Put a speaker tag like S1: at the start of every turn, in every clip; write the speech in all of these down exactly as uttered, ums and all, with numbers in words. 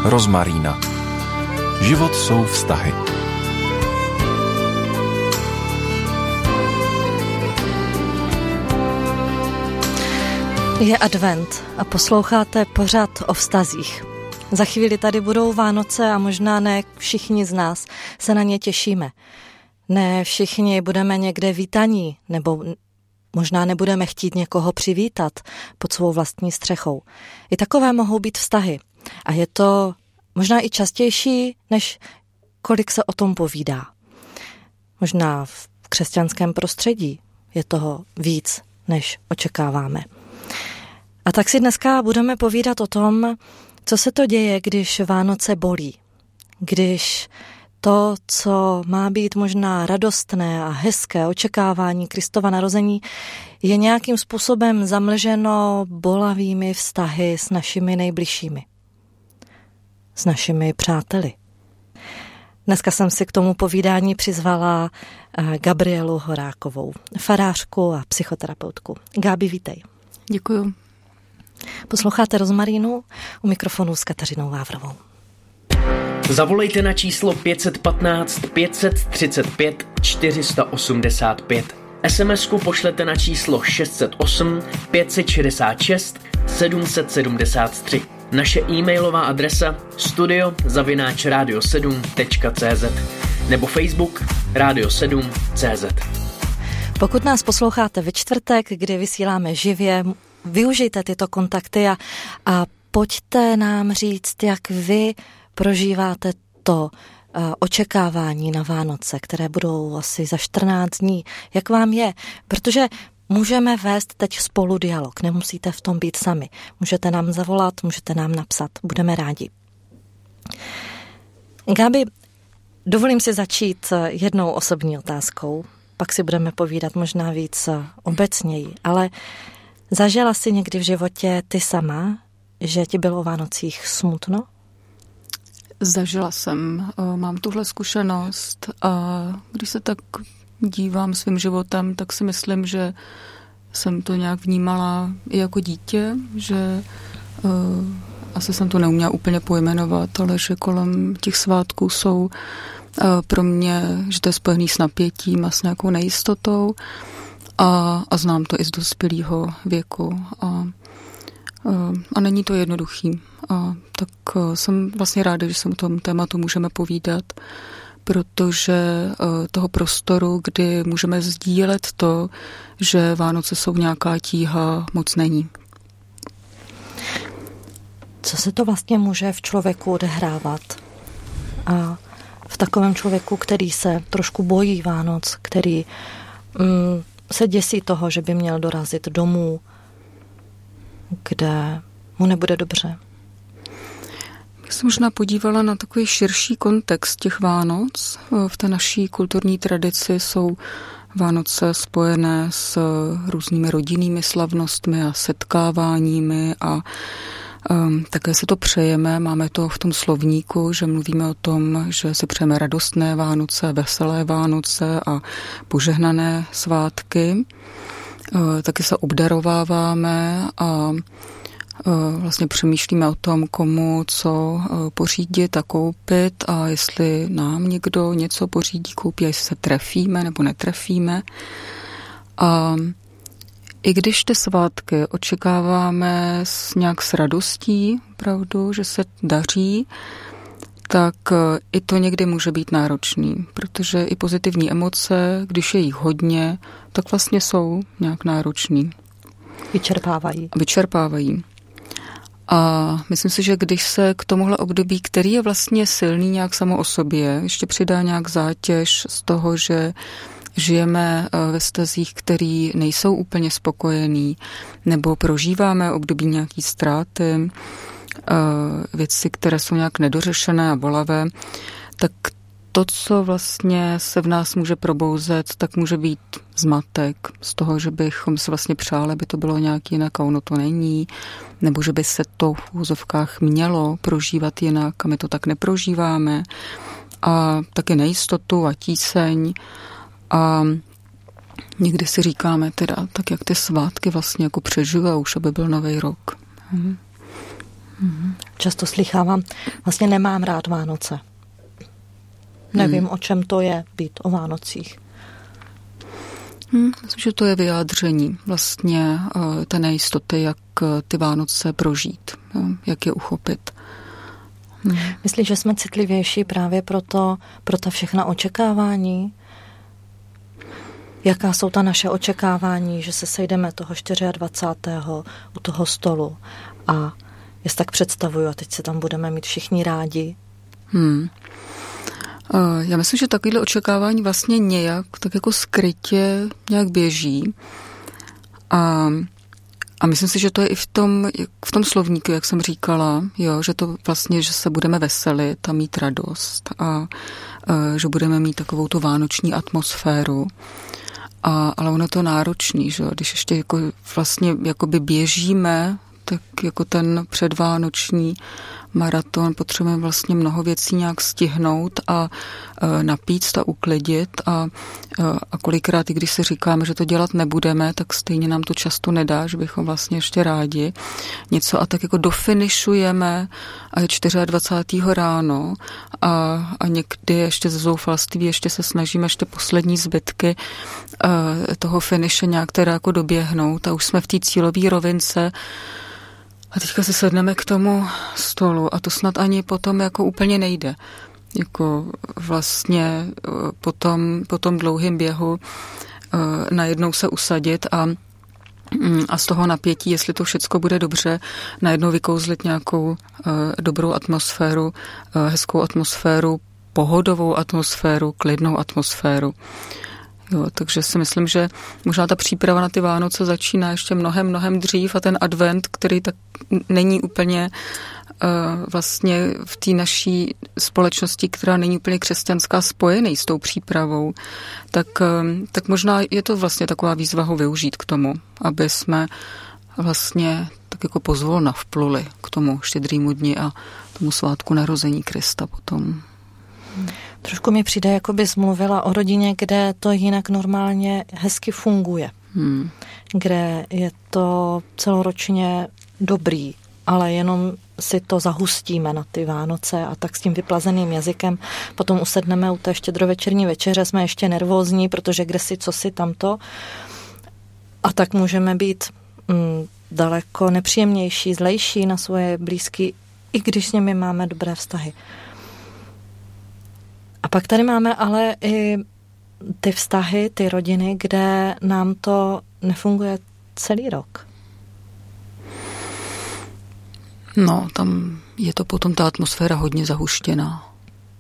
S1: rozmarína. Život jsou vztahy.
S2: Je advent a posloucháte pořad o vztazích. Za chvíli tady budou Vánoce a možná ne všichni z nás se na ně těšíme. Ne všichni budeme někde vítaní, nebo možná nebudeme chtít někoho přivítat pod svou vlastní střechou. I takové mohou být vztahy. A je to možná i častější, než kolik se o tom povídá. Možná v křesťanském prostředí je toho víc, než očekáváme. A tak si dneska budeme povídat o tom, co se to děje, když Vánoce bolí. Když to, co má být možná radostné a hezké očekávání Kristova narození, je nějakým způsobem zamlženo bolavými vztahy s našimi nejbližšími. S našimi přáteli. Dneska jsem si k tomu povídání přizvala Gabrielu Horákovou, farářku a psychoterapeutku. Gábi, vítej.
S3: Děkuju.
S2: Posloucháte Rozmarínu, u mikrofonu s Kateřinou Vávrovou.
S4: Zavolejte na číslo pět jedna pět, pět tři pět, čtyři osm pět. es em esku pošlete na číslo šest set osm, pět set šedesát šest, sedm set sedmdesát tři. Naše e-mailová adresa studio zavináč radio sedm tečka cé zet nebo Facebook radio sedm tečka cé zet.
S2: Pokud nás posloucháte ve čtvrtek, kdy vysíláme živě, využijte tyto kontakty a, a pojďte nám říct, jak vy prožíváte to uh, očekávání na Vánoce, které budou asi za čtrnáct dní. Jak vám je? Protože můžeme vést teď spolu dialog, nemusíte v tom být sami. Můžete nám zavolat, můžete nám napsat, budeme rádi. Gábi, dovolím si začít jednou osobní otázkou, pak si budeme povídat možná víc obecněji, ale zažila jsi někdy v životě ty sama, že ti bylo o Vánocích smutno?
S3: Zažila jsem, mám tuhle zkušenost a když se tak dívám svým životem, tak si myslím, že jsem to nějak vnímala i jako dítě, že uh, asi jsem to neuměla úplně pojmenovat, ale že kolem těch svátků jsou uh, pro mě, že to je spojený s napětím a s nějakou nejistotou a, a znám to i z dospělého věku a, uh, a není to jednoduchý. A tak uh, jsem vlastně ráda, že se o tom tématu můžeme povídat, protože toho prostoru, kdy můžeme sdílet to, že Vánoce jsou nějaká tíha, moc není.
S2: Co se to vlastně může v člověku odehrávat? A v takovém člověku, který se trošku bojí Vánoc, který mm, se děsí toho, že by měl dorazit domů, kde mu nebude dobře.
S3: Já jsem možná podívala na takový širší kontext těch Vánoc. V té naší kulturní tradici jsou Vánoce spojené s různými rodinnými slavnostmi a setkáváními a um, také si to přejeme. Máme to v tom slovníku, že mluvíme o tom, že si přejeme radostné Vánoce, veselé Vánoce a požehnané svátky. Uh, taky se obdarováváme a vlastně přemýšlíme o tom, komu co pořídit a koupit a jestli nám někdo něco pořídí, koupí, a jestli se trefíme nebo netrefíme. A i když ty svátky očekáváme s nějak s radostí, opravdu, že se daří, tak i to někdy může být náročný, protože i pozitivní emoce, když je jich hodně, tak vlastně jsou nějak náročný.
S2: Vyčerpávají.
S3: Vyčerpávají. A myslím si, že když se k tomuhle období, který je vlastně silný nějak samo o sobě, ještě přidá nějak zátěž z toho, že žijeme ve vztazích, který nejsou úplně spokojený, nebo prožíváme období nějaký ztráty, věci, které jsou nějak nedořešené a bolavé, tak to, co vlastně se v nás může probouzet, tak může být zmatek z toho, že bychom si vlastně přáli, aby to bylo nějak jinak a ono to není, nebo že by se to v úzovkách mělo prožívat jinak a my to tak neprožíváme. A taky nejistotu a tíseň a někdy si říkáme teda, tak jak ty svátky vlastně jako přežiju a už aby byl nový rok. Mhm.
S2: Hmm. Často slychávám, vlastně nemám rád Vánoce. Nevím, hmm. o čem to je být o Vánocích.
S3: Hmm, myslím, že to je vyjádření vlastně uh, té nejistoty, jak uh, ty Vánoce prožít, jo, jak je uchopit. Hmm.
S2: Myslíš, že jsme citlivější právě proto, pro ta všechna očekávání? Jaká jsou ta naše očekávání, že se sejdeme toho dvacátého čtvrtého u toho stolu a já si tak představuju a teď se tam budeme mít všichni rádi?
S3: Hmm. Já myslím, že takovéhle očekávání vlastně nějak, tak jako skrytě nějak běží. A, a myslím si, že to je i v tom, v tom slovníku, jak jsem říkala, jo, že to vlastně, že se budeme veselit a mít radost a, a že budeme mít takovou tu vánoční atmosféru. A, ale ono je to náročný, že když ještě jako vlastně jakoby běžíme, tak jako ten předvánoční maraton potřebujeme vlastně mnoho věcí nějak stihnout a e, napít a uklidit a, e, a kolikrát, i když si říkáme, že to dělat nebudeme, tak stejně nám to často nedá, že bychom vlastně ještě rádi něco a tak jako dofinišujeme a je dvacátého čtvrtého ráno a, a někdy ještě ze zoufalství ještě se snažíme ještě poslední zbytky e, toho finiše nějak teda jako doběhnout a už jsme v té cílové rovince. A teďka se sedneme k tomu stolu a to snad ani potom jako úplně nejde. Jako vlastně po tom, po tom dlouhém běhu najednou se usadit a, a z toho napětí, jestli to všecko bude dobře, najednou vykouzlit nějakou dobrou atmosféru, hezkou atmosféru, pohodovou atmosféru, klidnou atmosféru. Jo, takže si myslím, že možná ta příprava na ty Vánoce začíná ještě mnohem, mnohem dřív a ten advent, který tak není úplně uh, vlastně v té naší společnosti, která není úplně křesťanská, spojený s tou přípravou, tak, uh, tak možná je to vlastně taková výzva ho využít k tomu, aby jsme vlastně tak jako pozvolna vpluli k tomu štědrýmu dni a tomu svátku narození Krista potom.
S2: Trošku mi přijde, jako bys mluvila o rodině, kde to jinak normálně hezky funguje. Hmm. Kde je to celoročně dobrý, ale jenom si to zahustíme na ty Vánoce a tak s tím vyplazeným jazykem potom usedneme u té štědrovečerní večeře, jsme ještě nervózní, protože kde si, co si, tamto. A tak můžeme být mm, daleko nepříjemnější, zlejší na svoje blízky, i když s nimi máme dobré vztahy. A pak tady máme ale i ty vztahy, ty rodiny, kde nám to nefunguje celý rok.
S3: No, tam je to potom ta atmosféra hodně zahuštěná.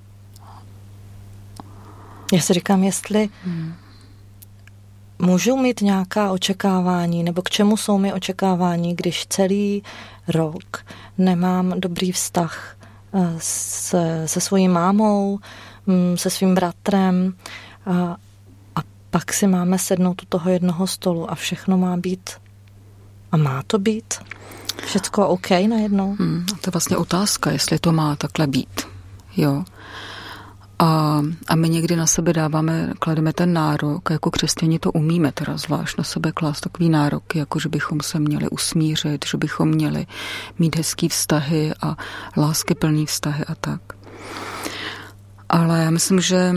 S2: Já si říkám, jestli hmm. můžu mít nějaká očekávání, nebo k čemu jsou mi očekávání, když celý rok nemám dobrý vztah se, se svojí mámou, se svým bratrem a, a pak si máme sednout u toho jednoho stolu a všechno má být a má to být všecko OK najednou.
S3: Hmm, to je vlastně otázka, jestli to má takhle být. Jo. A, a my někdy na sebe dáváme, klademe ten nárok, a jako křesťani to umíme teda zvlášť na sebe klást takový nárok, jako že bychom se měli usmířit, že bychom měli mít hezký vztahy a láskyplný vztahy a tak. Ale já myslím, že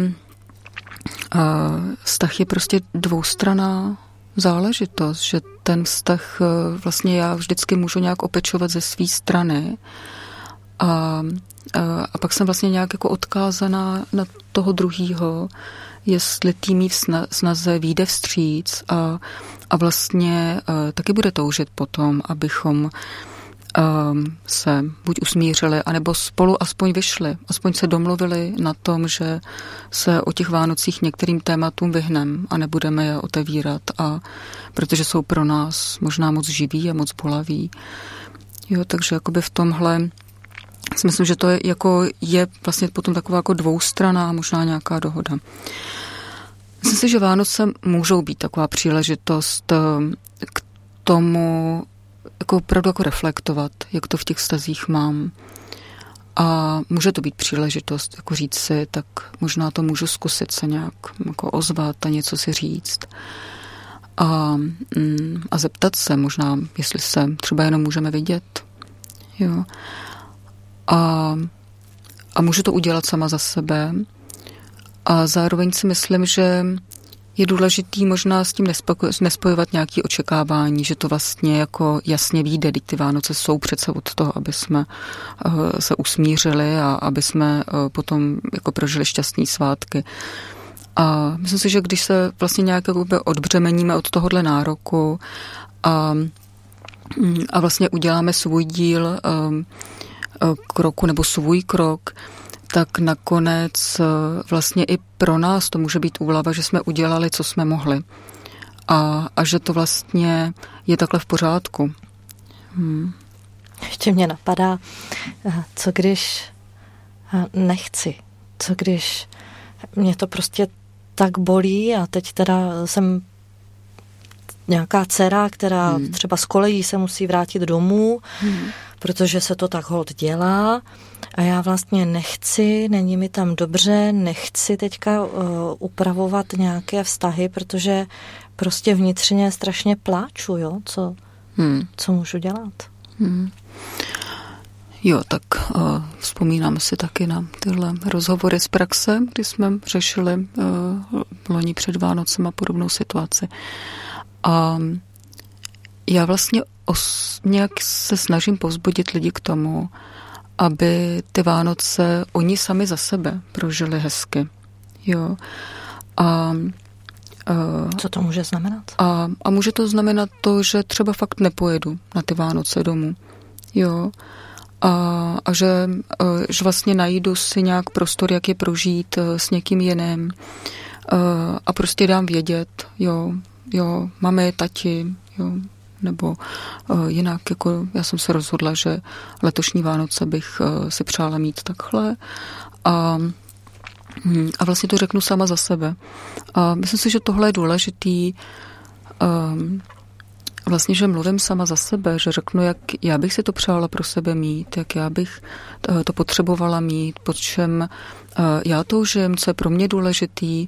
S3: vztah je prostě dvoustranná záležitost, že ten vztah vlastně já vždycky můžu nějak opečovat ze své strany a, a, a pak jsem vlastně nějak jako odkázaná na toho druhýho, jestli tým v snaze vyjde vstříc a, a vlastně a, taky bude toužit potom, abychom Um, se buď usmířili, anebo spolu aspoň vyšli, aspoň se domluvili na tom, že se o těch Vánocích některým tématům vyhneme a nebudeme je otevírat, a protože jsou pro nás možná moc živí a moc bolaví. Jo, takže jakoby v tomhle si myslím, že to je, jako je vlastně potom taková jako dvoustranná možná nějaká dohoda. Myslím si, že Vánoce můžou být taková příležitost k tomu jako opravdu jako reflektovat, jak to v těch vztazích mám. A může to být příležitost jako říct si, tak možná to můžu zkusit se nějak jako ozvat a něco si říct. A, a zeptat se možná, jestli se třeba jenom můžeme vidět. Jo. A, a můžu to udělat sama za sebe. A zároveň si myslím, že je důležitý možná s tím nespojovat nějaké očekávání, že to vlastně jako jasně vyjde, když ty Vánoce jsou přece od toho, aby jsme se usmířili a aby jsme potom jako prožili šťastný svátky. A myslím si, že když se vlastně nějak odbřemeníme od tohohle nároku a, a vlastně uděláme svůj díl kroku nebo svůj krok, tak nakonec vlastně i pro nás to může být úleva, že jsme udělali, co jsme mohli. A, a že to vlastně je takhle v pořádku. Hmm.
S2: Ještě mě napadá, co když nechci, co když mě to prostě tak bolí a teď teda jsem nějaká dcera, která hmm. třeba z kolejí se musí vrátit domů, hmm. protože se to tak holt dělá a já vlastně nechci, není mi tam dobře, nechci teďka uh, upravovat nějaké vztahy, protože prostě vnitřně strašně pláču, jo, co, hmm. co můžu dělat.
S3: Hmm. Jo, tak uh, vzpomínám si taky na tyhle rozhovory z praxe, kdy jsme řešili uh, loni před Vánocem a podobnou situaci. A já vlastně os, nějak se snažím povzbudit lidi k tomu, aby ty Vánoce oni sami za sebe prožili hezky. Jo. A,
S2: uh, Co to může znamenat?
S3: A, a může to znamenat to, že třeba fakt nepojedu na ty Vánoce domů. Jo. A, a že, že vlastně najdu si nějak prostor, jak je prožít s někým jiným. A prostě dám vědět, jo, jo, máme tati, jo, nebo jinak, jako já jsem se rozhodla, že letošní Vánoce bych si přála mít takhle. A, a vlastně to řeknu sama za sebe. A myslím si, že tohle je důležitý, um, vlastně, že mluvím sama za sebe, že řeknu, jak já bych si to přála pro sebe mít, jak já bych to potřebovala mít, pod čem já toužím, co je pro mě důležitý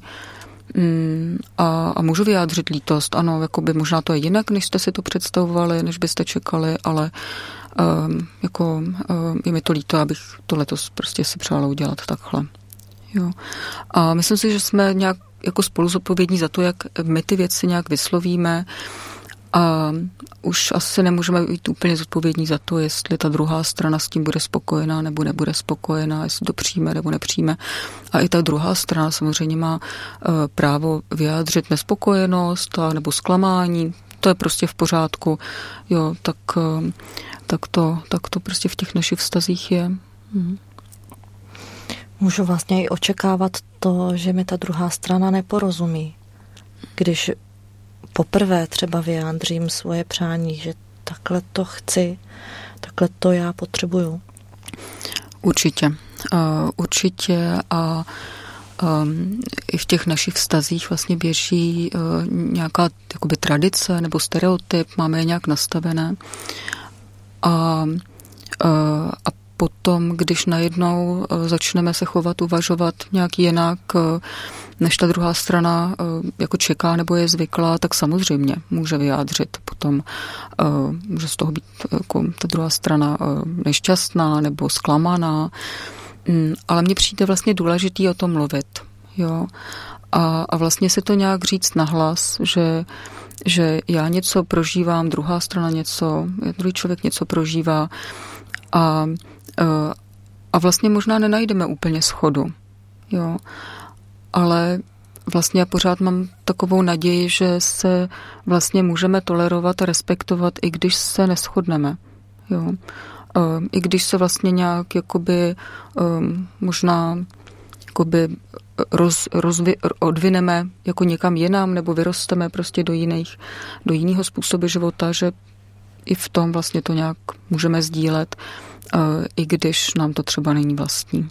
S3: a, a můžu vyjádřit lítost. Ano, jakoby možná to je jinak, než jste si to představovali, než byste čekali, ale um, jako um, je mi to líto, abych to letos prostě si přála udělat takhle. Jo. A myslím si, že jsme nějak jako spolu zodpovědní za to, jak my ty věci nějak vyslovíme. A už asi nemůžeme být úplně zodpovědní za to, jestli ta druhá strana s tím bude spokojená nebo nebude spokojená, jestli to přijme nebo nepřijme. A i ta druhá strana samozřejmě má uh, právo vyjádřit nespokojenost a, nebo zklamání. To je prostě v pořádku. Jo, tak, uh, tak, to, tak to prostě v těch našich vztazích je. Mhm.
S2: Můžu vlastně i očekávat to, že mi ta druhá strana neporozumí. Když poprvé třeba vyjádřím svoje přání, že takhle to chci, takhle to já potřebuju.
S3: Určitě. Uh, určitě a um, i v těch našich vztazích vlastně běží uh, nějaká jakoby tradice nebo stereotyp, máme je nějak nastavené. A, uh, a potom, když najednou začneme se chovat, uvažovat nějak jinak, než ta druhá strana jako čeká nebo je zvyklá, tak samozřejmě může vyjádřit potom, může z toho být jako ta druhá strana nešťastná nebo zklamaná, ale mně přijde vlastně důležitý o tom mluvit. Jo? A, a vlastně si to nějak říct nahlas, že, že já něco prožívám, druhá strana něco, druhý člověk něco prožívá a A vlastně možná nenajdeme úplně shodu, jo. Ale vlastně já pořád mám takovou naději, že se vlastně můžeme tolerovat a respektovat, i když se neshodneme, jo. I když se vlastně nějak jakoby možná jakoby roz, rozvi, odvineme jako někam jinam nebo vyrosteme prostě do jiných, do jiného způsobu života, že i v tom vlastně to nějak můžeme sdílet, i když nám to třeba není vlastní.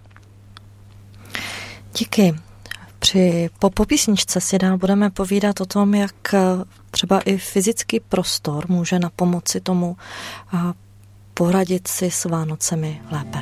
S2: Díky. Při po, po písničce si dál budeme povídat o tom, jak třeba i fyzický prostor může na pomoci tomu a poradit si s Vánocemi lépe.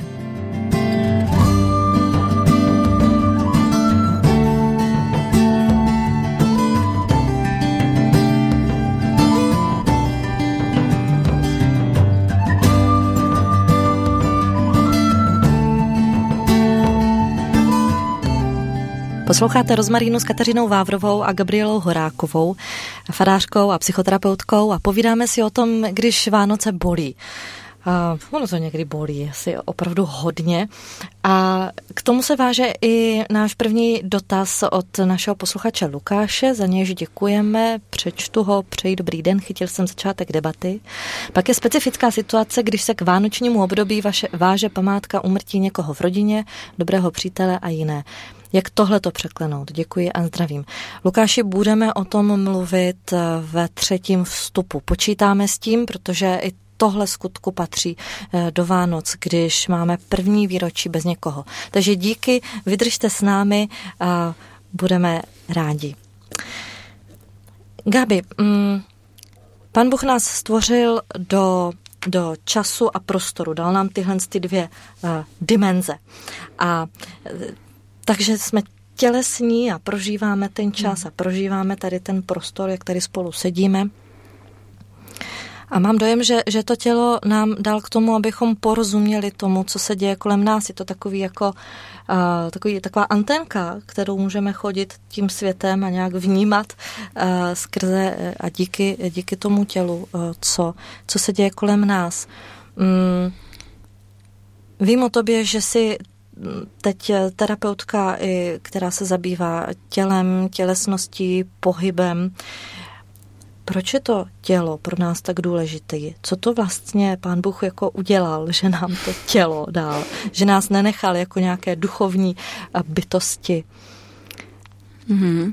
S2: Posloucháte Rozmarínu s Kateřinou Vávrovou a Gabrielou Horákovou, farářkou a psychoterapeutkou, a povídáme si o tom, když Vánoce bolí. Uh, ono to někdy bolí, asi opravdu hodně. A k tomu se váže i náš první dotaz od našeho posluchače Lukáše, za nějž děkujeme, přečtu ho, přeji dobrý den, chytil jsem začátek debaty. Pak je specifická situace, když se k vánočnímu období vaše, váže památka úmrtí někoho v rodině, dobrého přítele a jiné. Jak tohle to překlenout? Děkuji a zdravím. Lukáši, budeme o tom mluvit ve třetím vstupu. Počítáme s tím, protože i tohle skutku patří do Vánoc, když máme první výročí bez někoho. Takže díky, vydržte s námi a budeme rádi. Gabi, mm, Pán Bůh nás stvořil do, do času a prostoru, dal nám tyhle ty dvě uh, dimenze. A takže jsme tělesní a prožíváme ten čas a prožíváme tady ten prostor, jak tady spolu sedíme. A mám dojem, že, že to tělo nám dal k tomu, abychom porozuměli tomu, co se děje kolem nás. Je to takový jako, uh, takový, taková anténka, kterou můžeme chodit tím světem a nějak vnímat uh, skrze a díky, díky tomu tělu, uh, co, co se děje kolem nás. Um, vím o tobě, že jsi teď terapeutka, která se zabývá tělem, tělesností, pohybem. Proč je to tělo pro nás tak důležité? Co to vlastně Pán Bůh jako udělal, že nám to tělo dal? Že nás nenechal jako nějaké duchovní bytosti?
S3: Mm-hmm.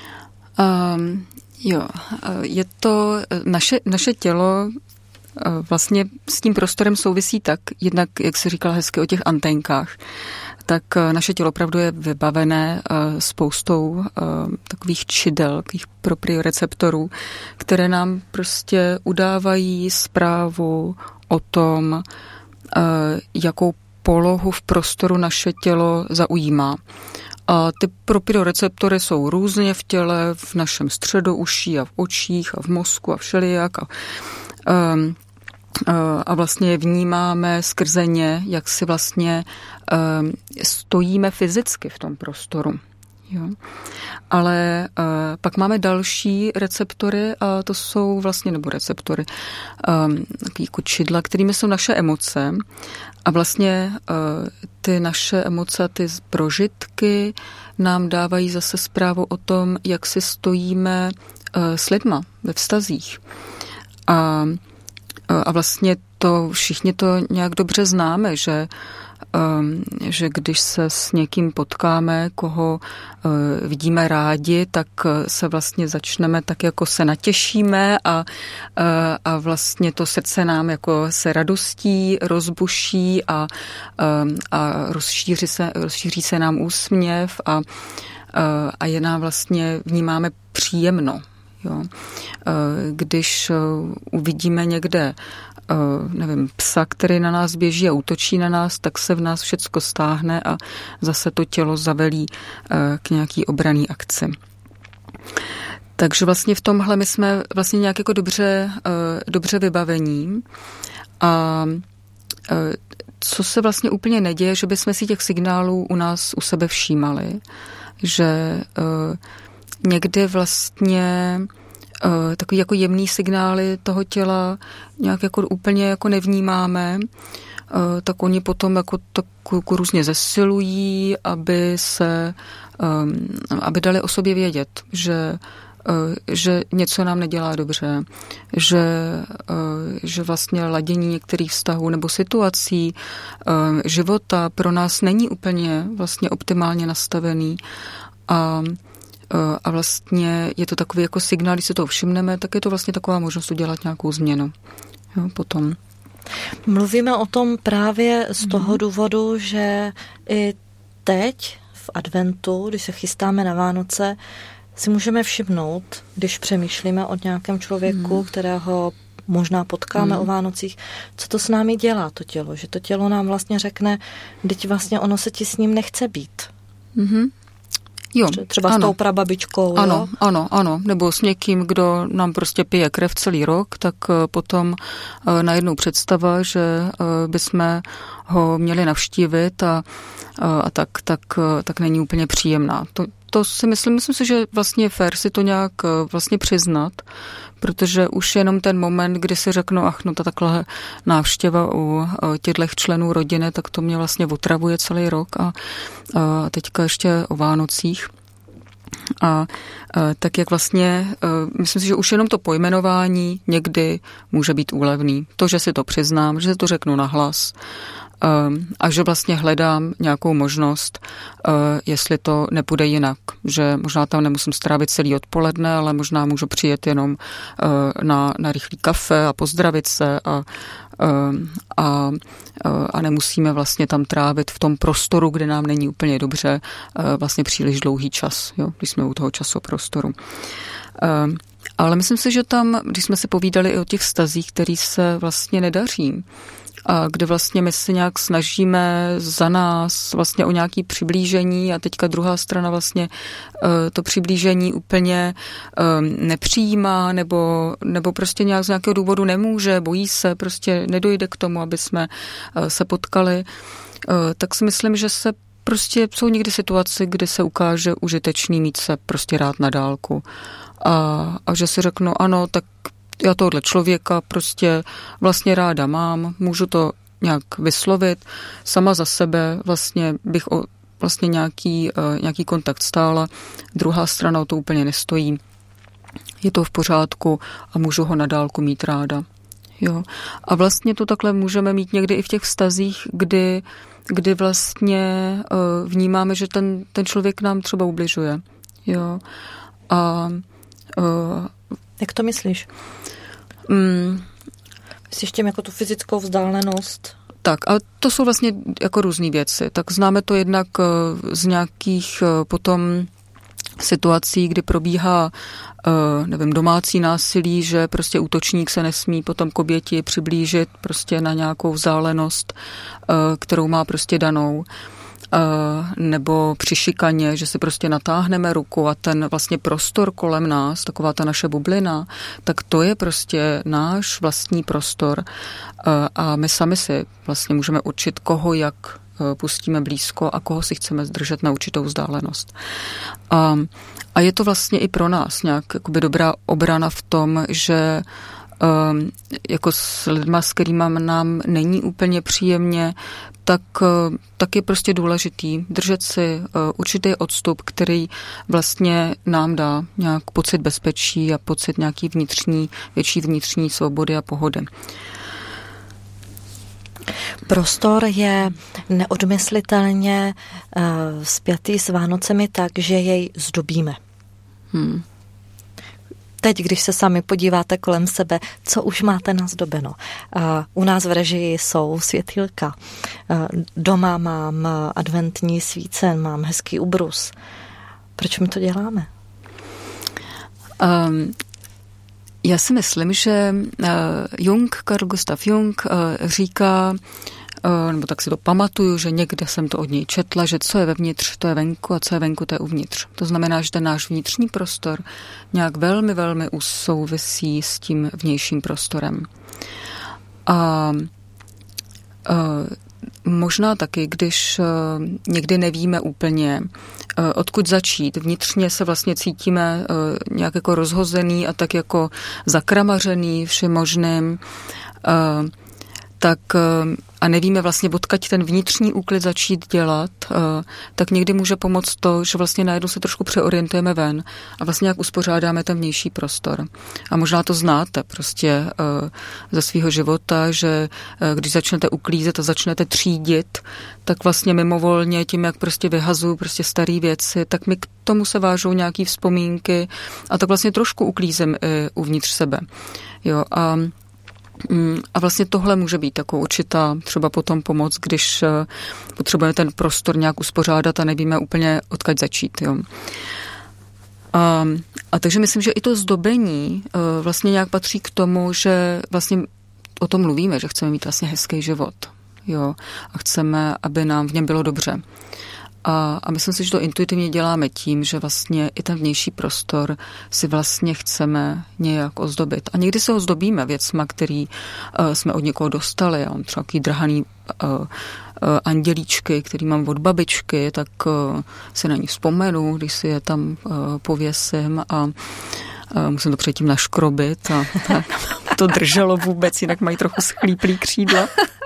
S3: Um, jo, je to naše, naše tělo vlastně s tím prostorem souvisí tak, jednak, jak se říkala hezky o těch anténkách, tak naše tělo opravdu je vybavené spoustou takových čidel, takových proprioreceptorů, které nám prostě udávají zprávu o tom, jakou polohu v prostoru naše tělo zaujímá. A ty proprioreceptory jsou různě v těle, v našem středu uší a v očích a v mozku a všelijak. A, um, a vlastně je vnímáme skrze ně, jak si vlastně um, stojíme fyzicky v tom prostoru. Jo. Ale uh, pak máme další receptory a to jsou vlastně, nebo receptory, um, takový jako čidla, kterými jsou naše emoce. A vlastně uh, ty naše emoce, ty prožitky nám dávají zase zprávu o tom, jak si stojíme uh, s lidma ve vztazích. A, uh, a vlastně to všichni to nějak dobře známe, že Um, že když se s někým potkáme, koho uh, vidíme rádi, tak uh, se vlastně začneme tak jako se natěšíme a, uh, a vlastně to srdce nám jako se radostí rozbuší a, um, a rozšíří se, rozšíří se nám úsměv a, uh, a je nám vlastně vnímáme příjemno. Jo. Uh, když uh, uvidíme někde Uh, nevím, psa, který na nás běží a útočí na nás, tak se v nás všecko stáhne a zase to tělo zavelí uh, k nějaký obranný akci. Takže vlastně v tomhle my jsme vlastně nějak jako dobře, uh, dobře vybavení. A uh, co se vlastně úplně neděje, že bychom si těch signálů u nás u sebe všímali, že uh, někdy vlastně Uh, takový jako jemný signály toho těla nějak jako úplně jako nevnímáme, uh, tak oni potom jako tak jako různě zesilují, aby se, um, aby dali o sobě vědět, že, uh, že něco nám nedělá dobře, že, uh, že vlastně ladění některých vztahů nebo situací uh, života pro nás není úplně vlastně optimálně nastavený a A vlastně je to takový jako signál, když se toho všimneme, tak je to vlastně taková možnost udělat nějakou změnu. Jo, potom.
S2: Mluvíme o tom právě z toho důvodu, že i teď v adventu, když se chystáme na Vánoce, si můžeme všimnout, když přemýšlíme o nějakém člověku, hmm. kterého možná potkáme hmm. o Vánocích, co to s námi dělá, to tělo. Že to tělo nám vlastně řekne, teď vlastně ono se ti s ním nechce být.
S3: Mhm. Jo,
S2: třeba
S3: ano.
S2: s tou prababičkou.
S3: Ano,
S2: jo?
S3: ano, ano. Nebo s někým, kdo nám prostě pije krev celý rok, tak potom najednou představa, že bychom ho měli navštívit a, a tak, tak, tak není úplně příjemná. To, to si myslím, myslím si, že vlastně je fér si to nějak vlastně přiznat, protože už jenom ten moment, kdy si řeknu, ach, no ta takhle návštěva u těchto členů rodiny, tak to mě vlastně otravuje celý rok a, a teďka ještě o Vánocích. A, a tak jak vlastně, myslím si, že už jenom to pojmenování někdy může být úlevný. To, že si to přiznám, že si to řeknu nahlas a že vlastně hledám nějakou možnost, jestli to nepůjde jinak. Že možná tam nemusím strávit celý odpoledne, ale možná můžu přijet jenom na, na rychlý kafe a pozdravit se a, a, a nemusíme vlastně tam trávit v tom prostoru, kde nám není úplně dobře, vlastně příliš dlouhý čas, jo, když jsme u toho časoprostoru. Ale myslím si, že tam, když jsme si povídali i o těch vztazích, který se vlastně nedaří, a kde vlastně my se nějak snažíme za nás vlastně o nějaké přiblížení a teďka druhá strana vlastně to přiblížení úplně nepřijímá nebo, nebo prostě nějak z nějakého důvodu nemůže, bojí se, prostě nedojde k tomu, aby jsme se potkali, tak si myslím, že se prostě jsou někdy situace, kdy se ukáže užitečný mít se prostě rád na dálku a, a že si řeknu, ano, tak já tohle člověka prostě vlastně ráda mám, můžu to nějak vyslovit, sama za sebe vlastně bych o vlastně nějaký, nějaký kontakt stála, druhá strana o to úplně nestojí, je to v pořádku a můžu ho na dálku mít ráda. Jo. A vlastně to takhle můžeme mít někdy i v těch vztazích, kdy, kdy vlastně vnímáme, že ten, ten člověk nám třeba ubližuje. Jo. A
S2: jak to myslíš?
S3: Mm.
S2: Myslíš tím jako tu fyzickou vzdálenost?
S3: Tak, a to jsou vlastně jako různý věci. Tak známe to jednak z nějakých potom situací, kdy probíhá, nevím, domácí násilí, že prostě útočník se nesmí potom k oběti přiblížit prostě na nějakou vzdálenost, kterou má prostě danou. Nebo při šikaně, že si prostě natáhneme ruku a ten vlastně prostor kolem nás, taková ta naše bublina, tak to je prostě náš vlastní prostor a my sami si vlastně můžeme určit, koho jak pustíme blízko a koho si chceme zdržet na určitou vzdálenost. A, a je to vlastně i pro nás nějak jakoby dobrá obrana v tom, že Um, jako s lidma, s kterýma nám není úplně příjemně, tak, tak je prostě důležitý držet si uh, určitý odstup, který vlastně nám dá nějak pocit bezpečí a pocit nějaký vnitřní, větší vnitřní svobody a pohody.
S2: Prostor je neodmyslitelně uh, spjatý s Vánocemi tak, že jej zdobíme. Hmm. Teď, když se sami podíváte kolem sebe, co už máte nazdobeno. U nás v režii jsou světýlka. Doma mám adventní svícen, mám hezký ubrus. Proč my to děláme?
S3: Um, já si myslím, že uh, Jung, Carl Gustav Jung uh, říká, nebo tak si to pamatuju, že někde jsem to od něj četla, že co je vevnitř, to je venku a co je venku, to je uvnitř. To znamená, že ten náš vnitřní prostor nějak velmi, velmi souvisí s tím vnějším prostorem. A, a možná taky, když někdy nevíme úplně, odkud začít, vnitřně se vlastně cítíme nějak jako rozhozený a tak jako zakramařený všem možným, tak a nevíme vlastně, odkud ten vnitřní úklid začít dělat, tak někdy může pomoct to, že vlastně najednou se trošku přeorientujeme ven a vlastně jak uspořádáme ten vnější prostor. A možná to znáte prostě ze svého života, že když začnete uklízet a začnete třídit, tak vlastně mimovolně tím, jak prostě vyhazuju prostě staré věci, tak mi k tomu se vážou nějaký vzpomínky a tak vlastně trošku uklízím uvnitř sebe. Jo, a A vlastně tohle může být takovou určitá třeba potom pomoc, když potřebujeme ten prostor nějak uspořádat a nevíme úplně odkud začít. Jo. A, a takže myslím, že i to zdobení vlastně nějak patří k tomu, že vlastně o tom mluvíme, že chceme mít vlastně hezký život. Jo, a chceme, aby nám v něm bylo dobře. A, a myslím si, že to intuitivně děláme tím, že vlastně i ten vnější prostor si vlastně chceme nějak ozdobit. A někdy se ho zdobíme věcma, který uh, jsme od někoho dostali. Já mám třeba takový drhaný uh, uh, andělíčky, který mám od babičky, tak uh, si na ní vzpomenu, když si je tam uh, pověsím a uh, musím to předtím naškrobit a tak to drželo vůbec, jinak mají trochu schlíplý křídla.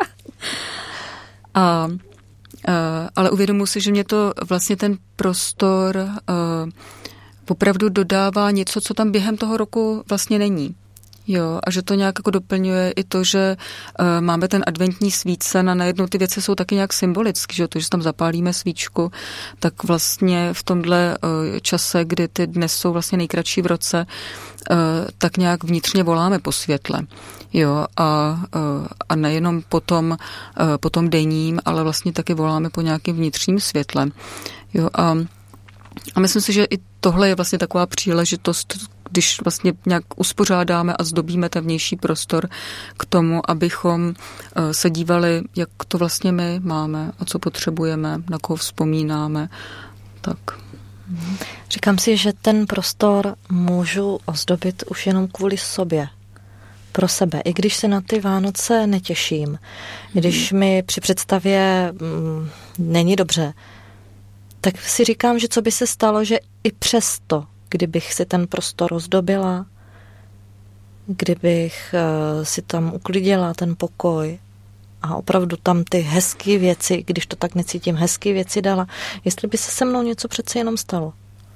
S3: A Uh, ale uvědomuji si, že mě to vlastně ten prostor uh, opravdu dodává něco, co tam během toho roku vlastně není. Jo, a že to nějak jako doplňuje i to, že uh, máme ten adventní svícen a najednou ty věci jsou taky nějak symbolické, že to, že tam zapálíme svíčku, tak vlastně v tomhle uh, čase, kdy ty dnes jsou vlastně nejkratší v roce, uh, tak nějak vnitřně voláme po světle. Jo, a, uh, a nejenom po tom, uh, po tom denním, ale vlastně taky voláme po nějakém vnitřním světle. Jo, a, a myslím si, že i tohle je vlastně taková příležitost, když vlastně nějak uspořádáme a zdobíme ten vnější prostor k tomu, abychom se dívali, jak to vlastně my máme a co potřebujeme, na koho vzpomínáme. Tak.
S2: Říkám si, že ten prostor můžu ozdobit už jenom kvůli sobě. Pro sebe. I když se na ty Vánoce netěším, když mi při představě mm, není dobře, tak si říkám, že co by se stalo, že i přesto, kdybych si ten prostor ozdobila, kdybych uh, si tam uklidila ten pokoj a opravdu tam ty hezké věci, když to tak necítím, hezké věci dala, jestli by se se mnou něco přece jenom stalo.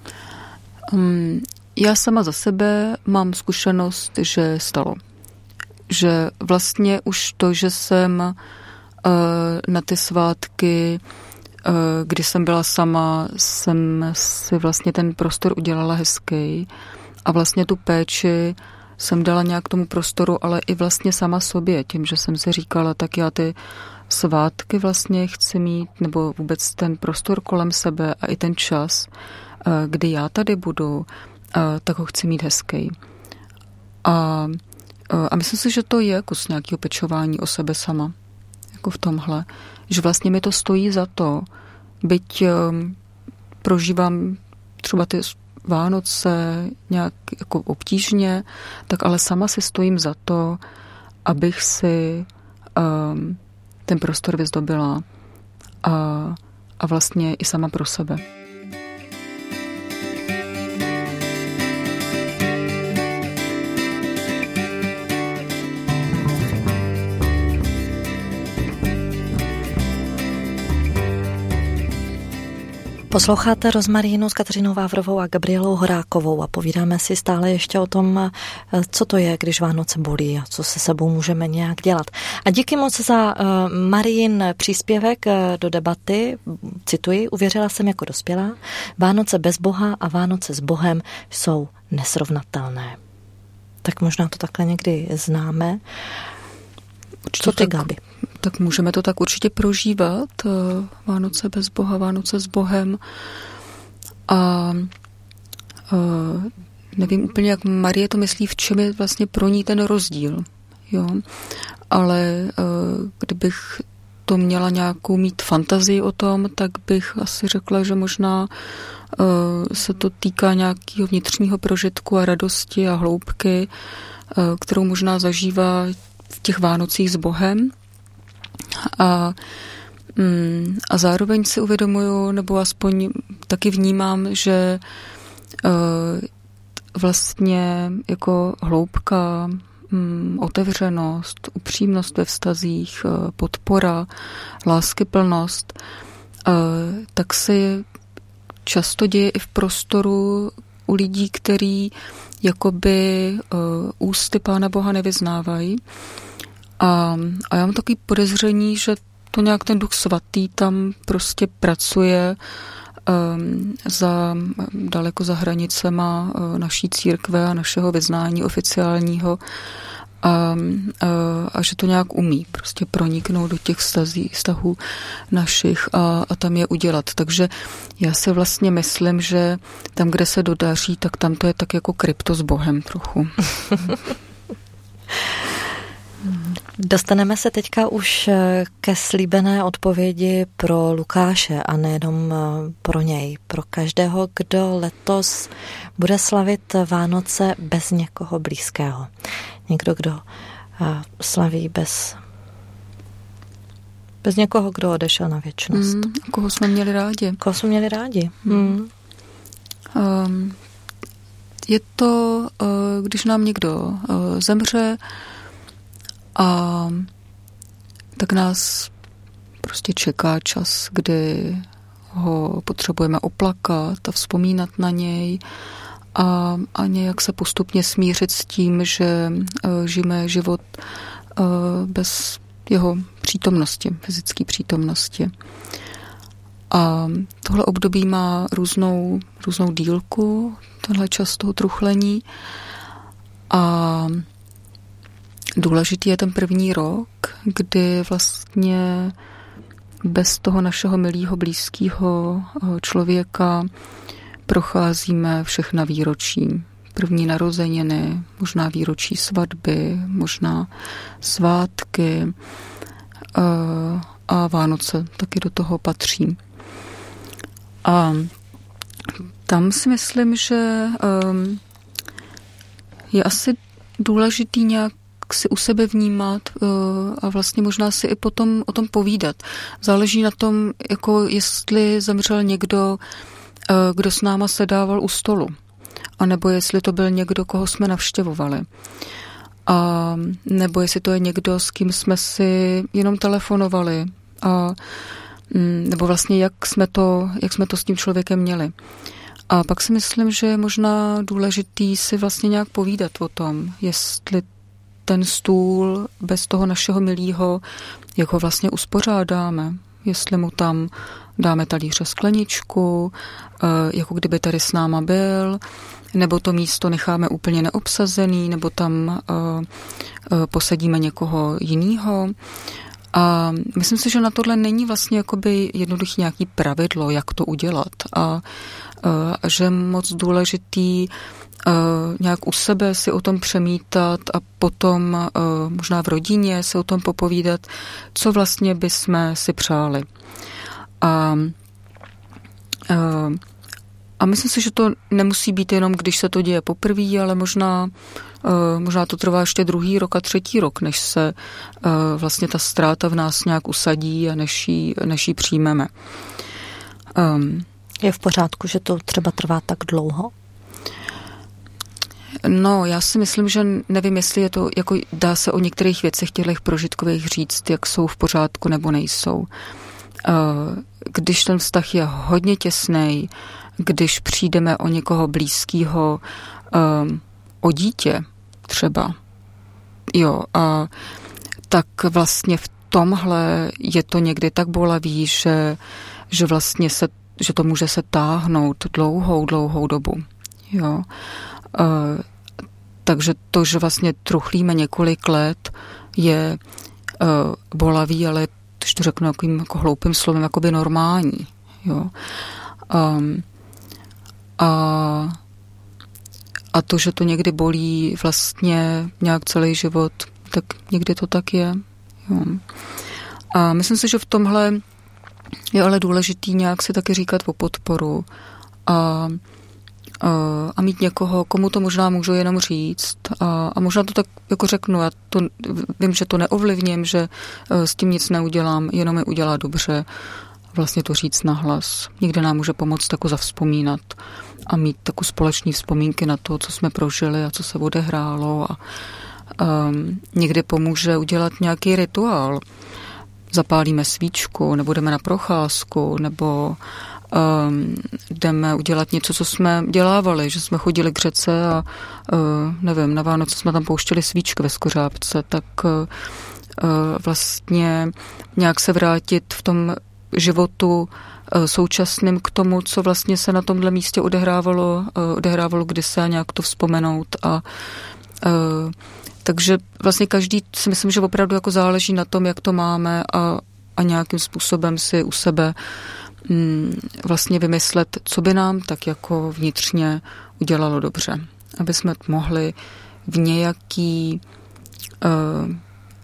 S3: Um, já sama za sebe mám zkušenost, že stalo. Že vlastně už to, že jsem uh, na ty svátky, uh, kdy jsem byla sama, jsem si vlastně ten prostor udělala hezký a vlastně tu péči jsem dala nějak tomu prostoru, ale i vlastně sama sobě, tím, že jsem si říkala, tak já ty svátky vlastně chci mít, nebo vůbec ten prostor kolem sebe a i ten čas, uh, kdy já tady budu, uh, tak ho chci mít hezký. A A myslím si, že to je kus nějakého pečování o sebe sama. Jako v tomhle. Že vlastně mi to stojí za to, byť um, prožívám třeba ty Vánoce nějak jako obtížně, tak ale sama si stojím za to, abych si um, ten prostor vyzdobila a, a vlastně i sama pro sebe.
S2: Posloucháte Rozmarínu s Kateřinou Vávrovou a Gabrielou Horákovou a povídáme si stále ještě o tom, co to je, když Vánoce bolí a co se sebou můžeme nějak dělat. A díky moc za uh, Marijin příspěvek do debaty. Cituji, uvěřila jsem jako dospělá, Vánoce bez Boha a Vánoce s Bohem jsou nesrovnatelné. Tak možná to takhle někdy známe.
S3: Určitě
S2: co ty,
S3: tak,
S2: Gabi?
S3: Tak můžeme to tak určitě prožívat. Vánoce bez Boha, Vánoce s Bohem. A uh, nevím úplně, jak Marie to myslí, v čem je vlastně pro ní ten rozdíl. Jo? Ale uh, kdybych to měla nějakou mít fantazii o tom, tak bych asi řekla, že možná uh, se to týká nějakého vnitřního prožitku a radosti a hloubky, uh, kterou možná zažívá v těch Vánocích s Bohem. A, mm, a zároveň si uvědomuju, nebo aspoň taky vnímám, že uh, vlastně jako hloubka, mm, otevřenost, upřímnost ve vztazích, uh, podpora, láskyplnost, uh, tak se často děje i v prostoru u lidí, který jakoby uh, ústy Pána Boha nevyznávají. A, a já mám takový podezření, že to nějak ten Duch Svatý tam prostě pracuje um, za, daleko za hranicema uh, naší církve a našeho vyznání oficiálního a, uh, a že to nějak umí prostě proniknout do těch vztazí, vztahů našich a, a tam je udělat. Takže já si vlastně myslím, že tam, kde se dodaří, tak tam to je tak jako krypto s Bohem trochu.
S2: Dostaneme se teďka už ke slíbené odpovědi pro Lukáše a nejenom pro něj. Pro každého, kdo letos bude slavit Vánoce bez někoho blízkého. Někdo, kdo slaví bez, bez někoho, kdo odešel na věčnost.
S3: Mm, koho jsme měli rádi.
S2: Koho jsme měli rádi. Mm.
S3: Um, je to, když nám někdo zemře, a tak nás prostě čeká čas, kdy ho potřebujeme oplakat a vzpomínat na něj a, a nějak se postupně smířit s tím, že uh, žijeme život uh, bez jeho přítomnosti, fyzické přítomnosti. A tohle období má různou, různou dílku, tenhle čas toho truchlení. A důležitý je ten první rok, kdy vlastně bez toho našeho milého, blízkého člověka procházíme všechna výročí. První narozeniny, možná výročí svatby, možná svátky a Vánoce taky do toho patří. A tam si myslím, že je asi důležitý nějak si u sebe vnímat a vlastně možná si i potom o tom povídat. Záleží na tom, jako jestli zemřel někdo, kdo s náma sedával u stolu, anebo jestli to byl někdo, koho jsme navštěvovali. A nebo jestli to je někdo, s kým jsme si jenom telefonovali, a, nebo vlastně jak jsme, to, jak jsme to s tím člověkem měli. A pak si myslím, že je možná důležitý si vlastně nějak povídat o tom, jestli ten stůl bez toho našeho milýho, jak ho vlastně uspořádáme, jestli mu tam dáme talíře skleničku, jako kdyby tady s náma byl, nebo to místo necháme úplně neobsazený, nebo tam posadíme někoho jiného. A myslím si, že na tohle není vlastně jakoby jednoduchý nějaký pravidlo, jak to udělat. A, a že je moc důležitý a, nějak u sebe si o tom přemítat a potom a, možná v rodině si o tom popovídat, co vlastně bychom si přáli. A, a, a myslím si, že to nemusí být jenom, když se to děje poprvé, ale možná možná to trvá ještě druhý rok a třetí rok, než se vlastně ta ztráta v nás nějak usadí a než ji, než ji přijmeme. Um,
S2: je v pořádku, že to třeba trvá tak dlouho?
S3: No, já si myslím, že nevím, jestli je to, jako dá se o některých věcech těchto prožitkových říct, jak jsou v pořádku nebo nejsou. Když ten vztah je hodně těsnej, když přijdeme o někoho blízkého, o dítě třeba, jo, a tak vlastně v tomhle je to někdy tak bolavý, že, že vlastně se, že to může se táhnout dlouhou, dlouhou dobu, jo. A, takže to, že vlastně truchlíme několik let, je uh, bolavý, ale když to řeknu takovým jako hloupým slovem, jakoby normální, jo. Um, a A to, že to někdy bolí vlastně nějak celý život, tak někdy to tak je. Jo. A myslím si, že v tomhle je ale důležitý nějak si taky říkat o podporu a, a, a mít někoho, komu to možná můžu jenom říct. A, a možná to tak jako řeknu, já to, vím, že to neovlivním, že s tím nic neudělám, jenom je udělá dobře. Vlastně to říct nahlas. Někde nám může pomoct jako zavzpomínat a mít takovou společné vzpomínky na to, co jsme prožili a co se odehrálo. A um, někde pomůže udělat nějaký rituál. Zapálíme svíčku, nebo jdeme na procházku, nebo um, jdeme udělat něco, co jsme dělávali, že jsme chodili k řece a uh, nevím, na Vánoce jsme tam pouštěli svíčky ve skořápce, tak uh, vlastně nějak se vrátit v tom životu současným k tomu, co vlastně se na tomhle místě odehrávalo, odehrávalo kdysi a nějak to vzpomenout. A, uh, takže vlastně každý si myslím, že opravdu jako záleží na tom, jak to máme a, a nějakým způsobem si u sebe um, vlastně vymyslet, co by nám tak jako vnitřně udělalo dobře. Aby jsme mohli v nějaký uh,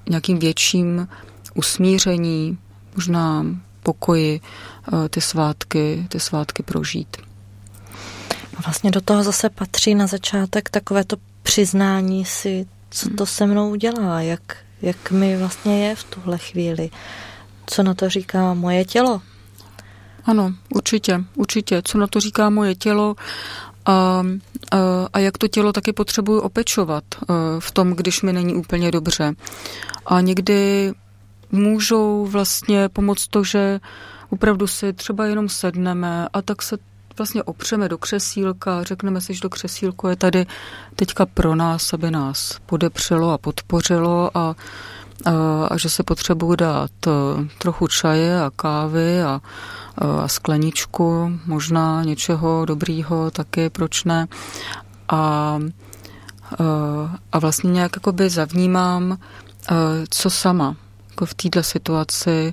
S3: nějakým větším usmíření, možná pokoji ty svátky, ty svátky prožít.
S2: Vlastně do toho zase patří na začátek takové to přiznání si, co to se mnou dělá, jak, jak mi vlastně je v tuhle chvíli. Co na to říká moje tělo?
S3: Ano, určitě, určitě. Co na to říká moje tělo a, a, a jak to tělo taky potřebuji opečovat v tom, když mi není úplně dobře. A někdy můžou vlastně pomoct to, že opravdu si třeba jenom sedneme a tak se vlastně opřeme do křesílka, řekneme si, že to křesílko je tady teďka pro nás, aby nás podepřelo a podpořilo a, a, a že se potřebuji dát trochu čaje a kávy a, a skleničku, možná něčeho dobrýho taky, proč ne. A, a vlastně nějak jakoby zavnímám, co sama jako v této situaci,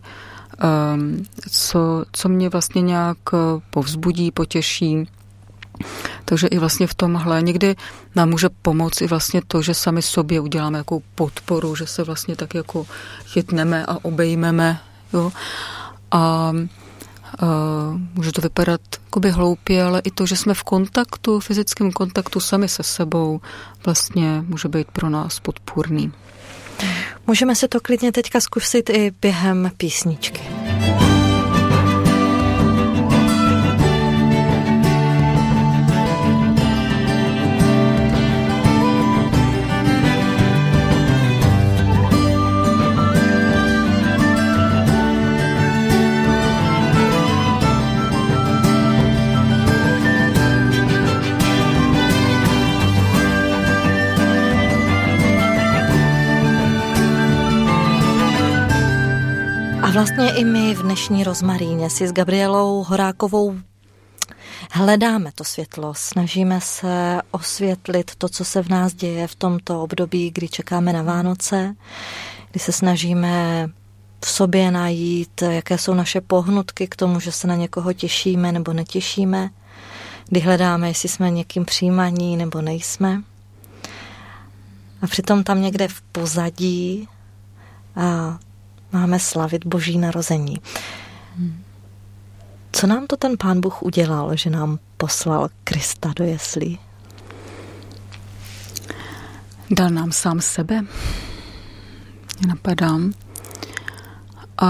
S3: co, co mě vlastně nějak povzbudí, potěší. Takže i vlastně v tomhle někdy nám může pomoct i vlastně to, že sami sobě uděláme jakou podporu, že se vlastně tak jako chytneme a obejmeme. Jo? A, a může to vypadat jakoby hloupě, ale i to, že jsme v kontaktu, fyzickém kontaktu sami se sebou, vlastně může být pro nás podpůrný.
S2: Můžeme si to klidně teďka zkusit i během písničky. Vlastně i my v dnešní Rozmaríně si s Gabrielou Horákovou hledáme to světlo, snažíme se osvětlit to, co se v nás děje v tomto období, kdy čekáme na Vánoce, kdy se snažíme v sobě najít, jaké jsou naše pohnutky k tomu, že se na někoho těšíme nebo netěšíme, kdy hledáme, jestli jsme někým přijímaní nebo nejsme. A přitom tam někde v pozadí a máme slavit Boží narození. Co nám to ten Pán Bůh udělal, že nám poslal Krista do jeslí?
S3: Dal nám sám sebe. Mě napadám. A,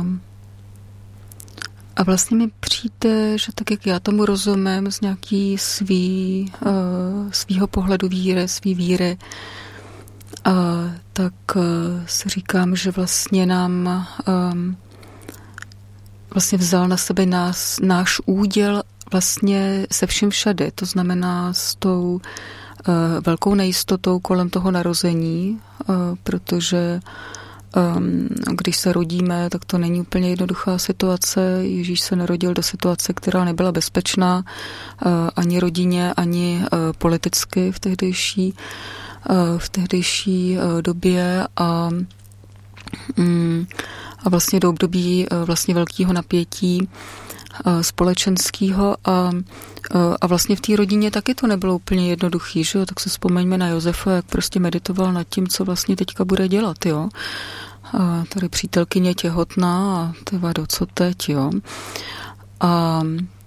S3: a vlastně mi přijde, že tak, jak já tomu rozumím, z nějaký svý, uh, svýho pohledu víry, svý víry, A, tak uh, si říkám, že vlastně nám um, vlastně vzal na sebe nás, náš úděl vlastně se vším všady. To znamená s tou uh, velkou nejistotou kolem toho narození, uh, protože um, když se rodíme, tak to není úplně jednoduchá situace. Ježíš se narodil do situace, která nebyla bezpečná uh, ani rodině, ani uh, politicky v tehdejší v tehdejší době a, a vlastně do období vlastně velkého napětí společenského a, a vlastně v té rodině taky to nebylo úplně jednoduchý, že jo? Tak se vzpomeňme na Josefa, jak prostě meditoval nad tím, co vlastně teďka bude dělat, jo. A tady přítelkyně těhotná a tyva, do co teď, jo. A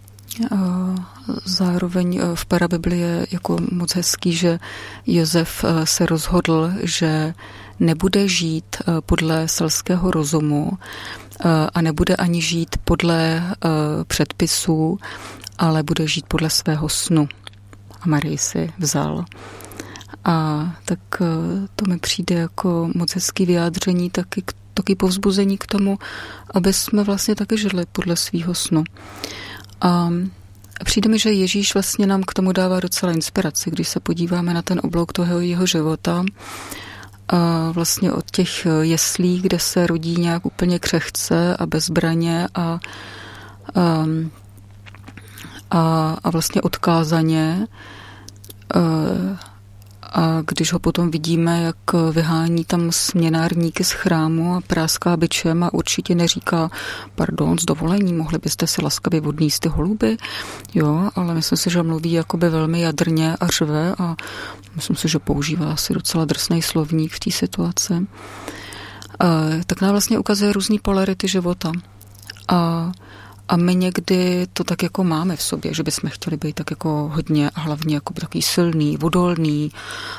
S3: zároveň v parabibli je jako moc hezký, že Josef se rozhodl, že nebude žít podle selského rozumu a nebude ani žít podle předpisů, ale bude žít podle svého snu. A Marii si vzal. A tak to mi přijde jako moc hezký vyjádření, taky, taky povzbuzení k tomu, aby jsme vlastně taky žili podle svého snu. A přijde mi, že Ježíš vlastně nám k tomu dává docela inspiraci, když se podíváme na ten oblouk toho jeho života. A vlastně od těch jeslí, kde se rodí nějak úplně křehce a bezbraně a, a, a, a vlastně odkázaně. A, A když ho potom vidíme, jak vyhání tam směnárníky z chrámu a práská bičem a určitě neříká, pardon, s dovolením, mohli byste si laskavě odníst ty holuby, jo, ale myslím si, že mluví jakoby velmi jadrně a řve a myslím si, že používá asi docela drsný slovník v té situaci. tak nám vlastně ukazuje různý polarity života. A, a my někdy to tak jako máme v sobě, že bychom chtěli být tak jako hodně a hlavně jako takový silný, odolný,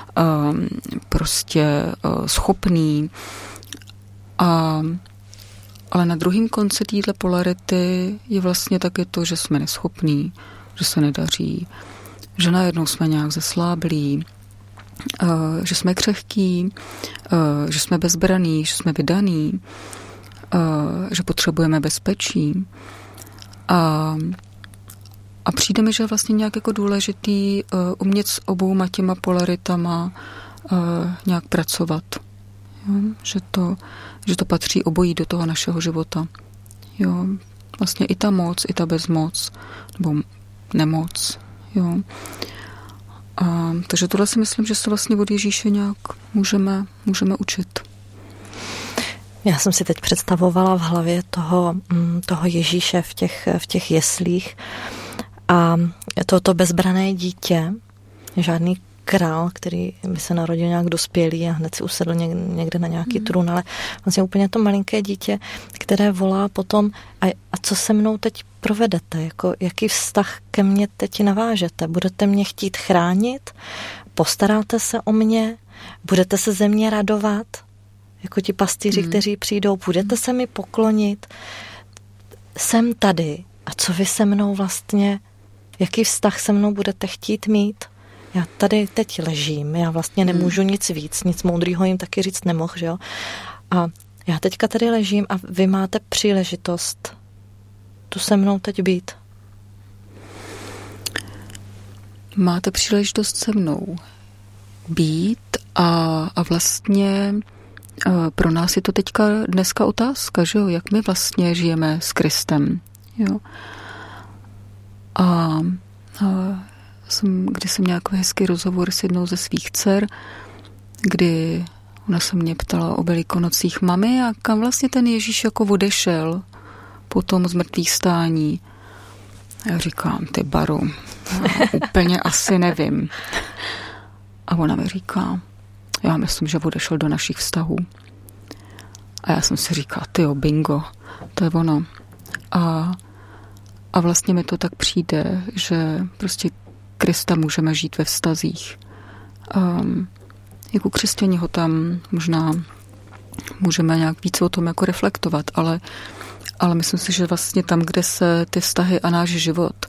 S3: prostě schopný. A, ale na druhém konci téhle polarity je vlastně taky to, že jsme neschopní, že se nedaří, že najednou jsme nějak zesláblí, že jsme křehký, že jsme bezbraný, že jsme vydaný, že potřebujeme bezpečí. A, a přijde mi, že je vlastně nějak jako důležitý umět s obouma těma polaritama nějak pracovat. Jo? Že, to, že to patří obojí do toho našeho života. Jo? Vlastně i ta moc, i ta bezmoc, nebo nemoc. Jo? A, takže tohle si myslím, že se vlastně od Ježíše nějak můžeme, můžeme učit.
S2: Já jsem si teď představovala v hlavě toho, toho Ježíše v těch, v těch jeslích a toto bezbrané dítě, žádný král, který by se narodil nějak dospělý a hned si usedl někde na nějaký mm. trůn, ale vlastně úplně to malinké dítě, které volá potom, a, a co se mnou teď provedete, jako jaký vztah ke mně teď navážete, budete mě chtít chránit, postaráte se o mě, budete se ze mě radovat, jako ti pastýři, mm. kteří přijdou, budete se mi poklonit, jsem tady a co vy se mnou vlastně, jaký vztah se mnou budete chtít mít? Já tady teď ležím, já vlastně nemůžu nic víc, nic moudrýho jim taky říct nemohl, že jo? A já teďka tady ležím a vy máte příležitost tu se mnou teď být.
S3: Máte příležitost se mnou být a, a vlastně pro nás je to teďka dneska otázka, že jo? Jak my vlastně žijeme s Kristem, jo? A, a Jsem, kdy jsem měla takový hezký rozhovor s jednou ze svých dcer, kdy ona se mě ptala o Velikonocích mami a kam vlastně ten Ježíš jako odešel po tom zmrtvých stání. Já říkám, ty baru, úplně asi nevím. A ona mi říká, já myslím, že odešel do našich vztahů. A já jsem si říkala, tyjo, bingo, to je ono. A, a vlastně mi to tak přijde, že prostě Krista můžeme žít ve vztazích. Um, jako křesťani ho tam možná můžeme nějak víc o tom jako reflektovat, ale, ale myslím si, že vlastně tam, kde se ty vztahy a náš život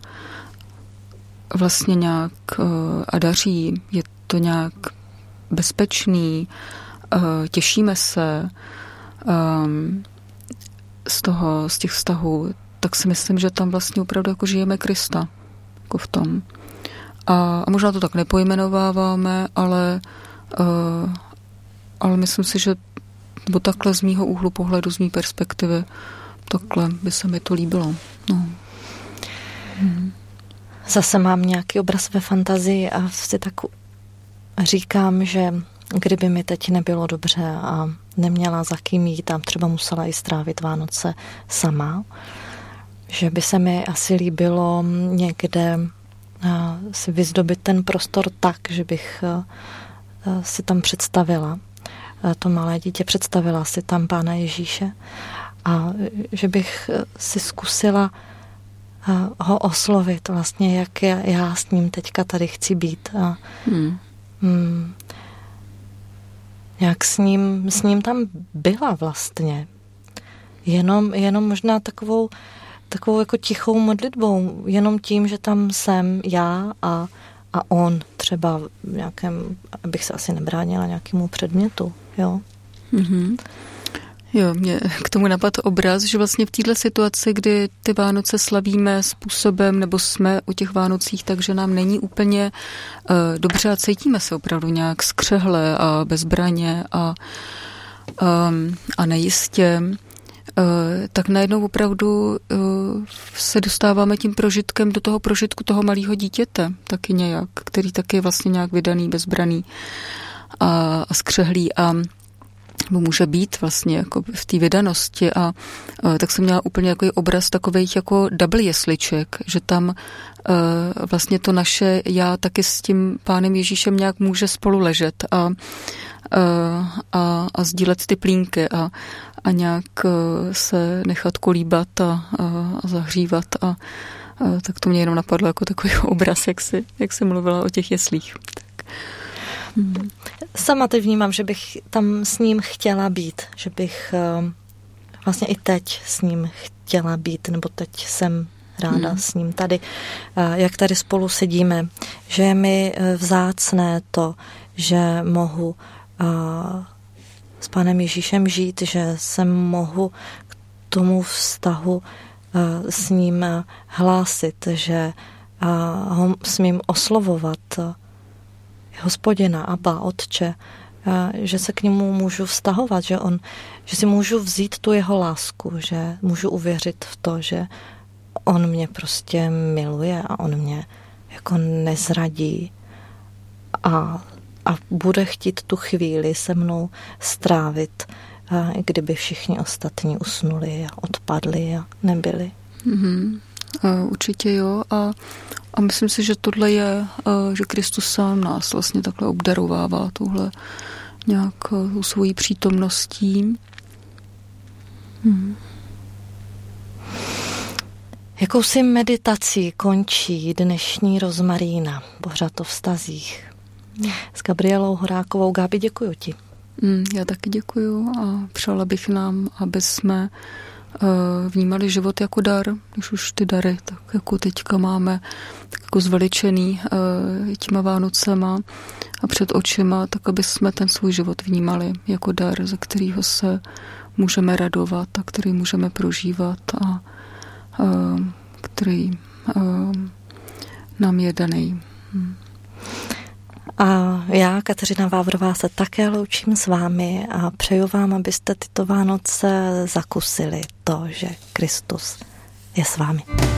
S3: vlastně nějak uh, a daří, je to nějak bezpečný, uh, těšíme se um, z toho, z těch vztahů, tak si myslím, že tam vlastně opravdu jako žijeme Krista. Jako v tom. A, a možná to tak nepojmenováváme, ale, uh, ale myslím si, že nebo takhle z mýho úhlu pohledu, z mý perspektivy, takhle by se mi to líbilo. No. Hmm.
S2: Zase mám nějaký obraz ve fantazii a si tak říkám, že kdyby mi teď nebylo dobře a neměla za kým jít, tam třeba musela i strávit Vánoce sama, že by se mi asi líbilo někde si vyzdobit ten prostor tak, že bych si tam představila to malé dítě, představila si tam Pána Ježíše a že bych si zkusila ho oslovit vlastně, jak já, já s ním teďka tady chci být a hmm. Hmm, jak s ním, s ním tam byla vlastně. Jenom, jenom možná takovou takovou jako tichou modlitbou, jenom tím, že tam jsem já a, a on třeba v nějakém, abych se asi nebránila nějakému předmětu, jo.
S3: Mm-hmm. Jo, mě k tomu napadl obraz, že vlastně v této situaci, kdy ty Vánoce slavíme způsobem, nebo jsme o těch Vánocích, takže nám není úplně uh, dobře a cítíme se opravdu nějak skřehle a bezbraně a, um, a nejistě, uh, tak najednou opravdu uh, se dostáváme tím prožitkem do toho prožitku toho malého dítěte, taky nějak, který taky je vlastně nějak vydaný, bezbraný a, a skřehlý a nebo může být vlastně jako v té vydanosti a uh, tak jsem měla úplně jako obraz takových jako double jesliček, že tam uh, vlastně to naše já taky s tím Pánem Ježíšem nějak může spolu ležet a, uh, a, a sdílet ty plínky a, a nějak uh, se nechat kolíbat a, a, a zahřívat a, a tak to mě jenom napadlo jako takový obraz, jak jsi, jak jsi mluvila o těch jeslích. Tak. Hmm.
S2: Sama teď vnímám, že bych tam s ním chtěla být, že bych vlastně i teď s ním chtěla být, nebo teď jsem ráda hmm. s ním tady, jak tady spolu sedíme, že je mi vzácné to, že mohu s Pánem Ježíšem žít, že se mohu k tomu vztahu s ním hlásit, že ho smím oslovovat Hospodina, Abba, Otče, že se k němu můžu vztahovat, že, on, že si můžu vzít tu jeho lásku, že můžu uvěřit v to, že on mě prostě miluje a on mě jako nezradí a, a bude chtít tu chvíli se mnou strávit, kdyby všichni ostatní usnuli a odpadli a nebyli.
S3: Mm-hmm. Určitě jo a, a myslím si, že tohle je, že Kristus sám nás vlastně takhle obdarovává touhle nějakou svojí přítomností. Hmm.
S2: Jakousi meditací končí dnešní Rozmarína, pořad o vztazích. S Gabrielou Horákovou. Gábi, děkuju ti.
S3: Hmm, já taky děkuju a přála bych nám, aby jsme vnímali život jako dar, když už ty dary, tak jako teďka máme tak jako zveličený těma Vánocema a před očima, tak aby jsme ten svůj život vnímali jako dar, ze kterého se můžeme radovat a který můžeme prožívat a, a který a, nám je daný. Hm.
S2: A já, Kateřina Vávrová, se také loučím s vámi a přeju vám, abyste tyto Vánoce zakusili to, že Kristus je s vámi.